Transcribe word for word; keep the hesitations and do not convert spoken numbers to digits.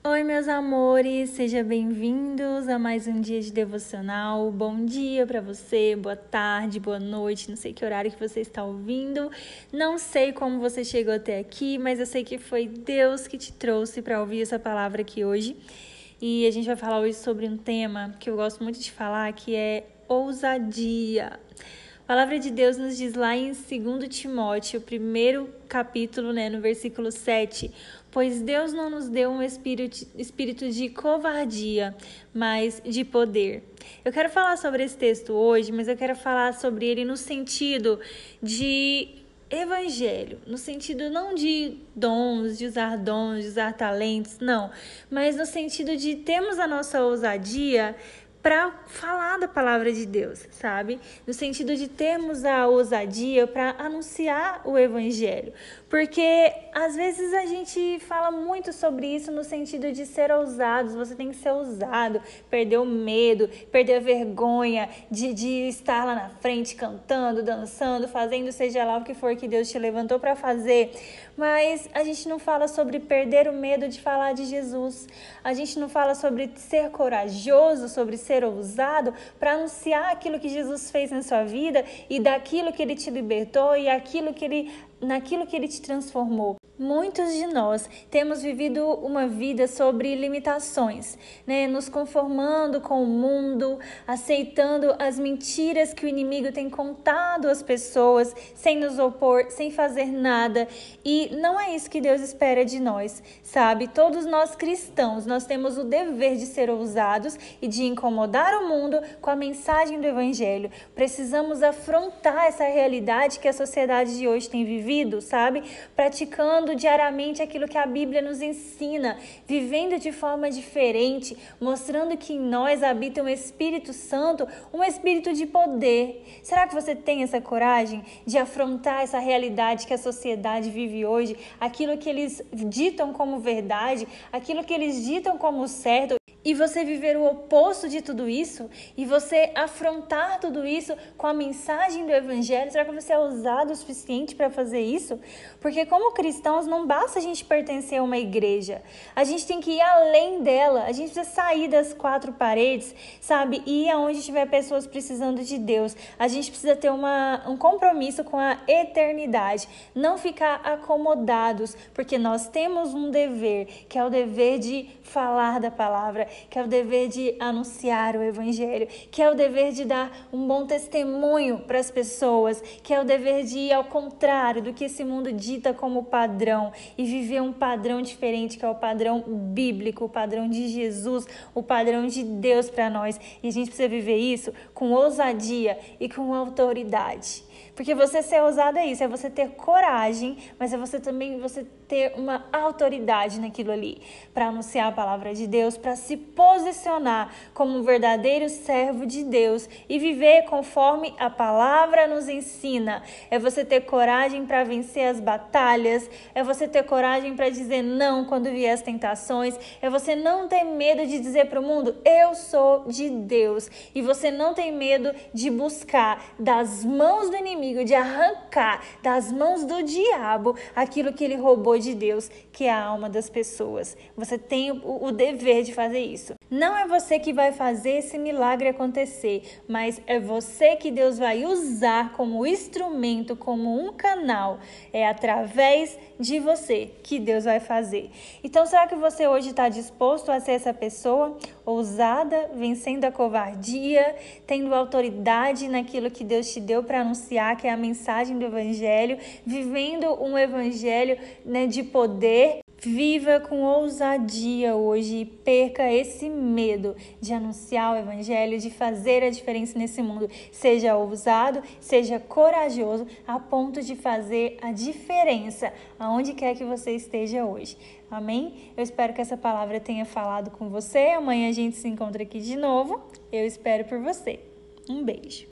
Oi, meus amores, sejam bem-vindos a mais um dia de devocional. Bom dia para você, boa tarde, boa noite, não sei que horário que você está ouvindo, não sei como você chegou até aqui, mas eu sei que foi Deus que te trouxe para ouvir essa palavra aqui hoje. E a gente vai falar hoje sobre um tema que eu gosto muito de falar, que é ousadia. A palavra de Deus nos diz lá em Segundo Timóteo, primeiro capítulo, né, no versículo sete, pois Deus não nos deu um espírito, espírito de covardia, mas de poder. Eu quero falar sobre esse texto hoje, mas eu quero falar sobre ele no sentido de evangelho, no sentido não de dons, de usar dons, de usar talentos, não, mas no sentido de termos a nossa ousadia para falar da palavra de Deus, sabe? No sentido de termos a ousadia para anunciar o evangelho. Porque às vezes a gente fala muito sobre isso no sentido de ser ousados, você tem que ser ousado, perder o medo, perder a vergonha de, de estar lá na frente cantando, dançando, fazendo seja lá o que for que Deus te levantou para fazer. Mas a gente não fala sobre perder o medo de falar de Jesus. A gente não fala sobre ser corajoso, sobre ser ousado para anunciar aquilo que Jesus fez na sua vida e daquilo que Ele te libertou e aquilo que Ele, naquilo que Ele te transformou. Muitos de nós temos vivido uma vida sobre limitações, né? Nos conformando com o mundo, aceitando as mentiras que o inimigo tem contado às pessoas, sem nos opor, sem fazer nada. E não é isso que Deus espera de nós, sabe? Todos nós cristãos, nós temos o dever de ser ousados e de incomodar o mundo com a mensagem do Evangelho. Precisamos afrontar essa realidade que a sociedade de hoje tem vivido, sabe? Praticando diariamente aquilo que a Bíblia nos ensina, vivendo de forma diferente, mostrando que em nós habita um Espírito Santo, um Espírito de poder. Será que você tem essa coragem de afrontar essa realidade que a sociedade vive hoje, aquilo que eles ditam como verdade, aquilo que eles ditam como certo, e você viver o oposto de tudo isso, e você afrontar tudo isso com a mensagem do Evangelho? Será que você é ousado o suficiente para fazer isso? Porque como cristãos não basta a gente pertencer a uma igreja, a gente tem que ir além dela, a gente precisa sair das quatro paredes, sabe, e ir aonde tiver pessoas precisando de Deus. A gente precisa ter uma, um compromisso com a eternidade, não ficar acomodados, porque nós temos um dever, que é o dever de falar da palavra, que é o dever de anunciar o Evangelho, que é o dever de dar um bom testemunho para as pessoas, que é o dever de ir ao contrário do que esse mundo dita como padrão e viver um padrão diferente, que é o padrão bíblico, o padrão de Jesus, o padrão de Deus para nós. E a gente precisa viver isso com ousadia e com autoridade. Porque você ser ousado é isso, é você ter coragem, mas é você também você ter uma autoridade naquilo ali, para anunciar a palavra de Deus, para se posicionar como um verdadeiro servo de Deus e viver conforme a palavra nos ensina. É você ter coragem para vencer as batalhas, é você ter coragem para dizer não quando vier as tentações, é você não ter medo de dizer para o mundo, eu sou de Deus, e você não tem medo de buscar das mãos do inimigo, de arrancar das mãos do diabo aquilo que ele roubou de Deus, que é a alma das pessoas. Você tem o, o dever de fazer isso. Não é você que vai fazer esse milagre acontecer, mas é você que Deus vai usar como instrumento, como um canal. É através de você que Deus vai fazer. Então, será que você hoje está disposto a ser essa pessoa ousada, vencendo a covardia, tendo autoridade naquilo que Deus te deu para anunciar, que é a mensagem do Evangelho, vivendo um Evangelho, né, de poder? Viva com ousadia hoje e perca esse medo de anunciar o Evangelho, de fazer a diferença nesse mundo. Seja ousado, seja corajoso, a ponto de fazer a diferença aonde quer que você esteja hoje. Amém? Eu espero que essa palavra tenha falado com você. Amanhã a gente se encontra aqui de novo. Eu espero por você. Um beijo.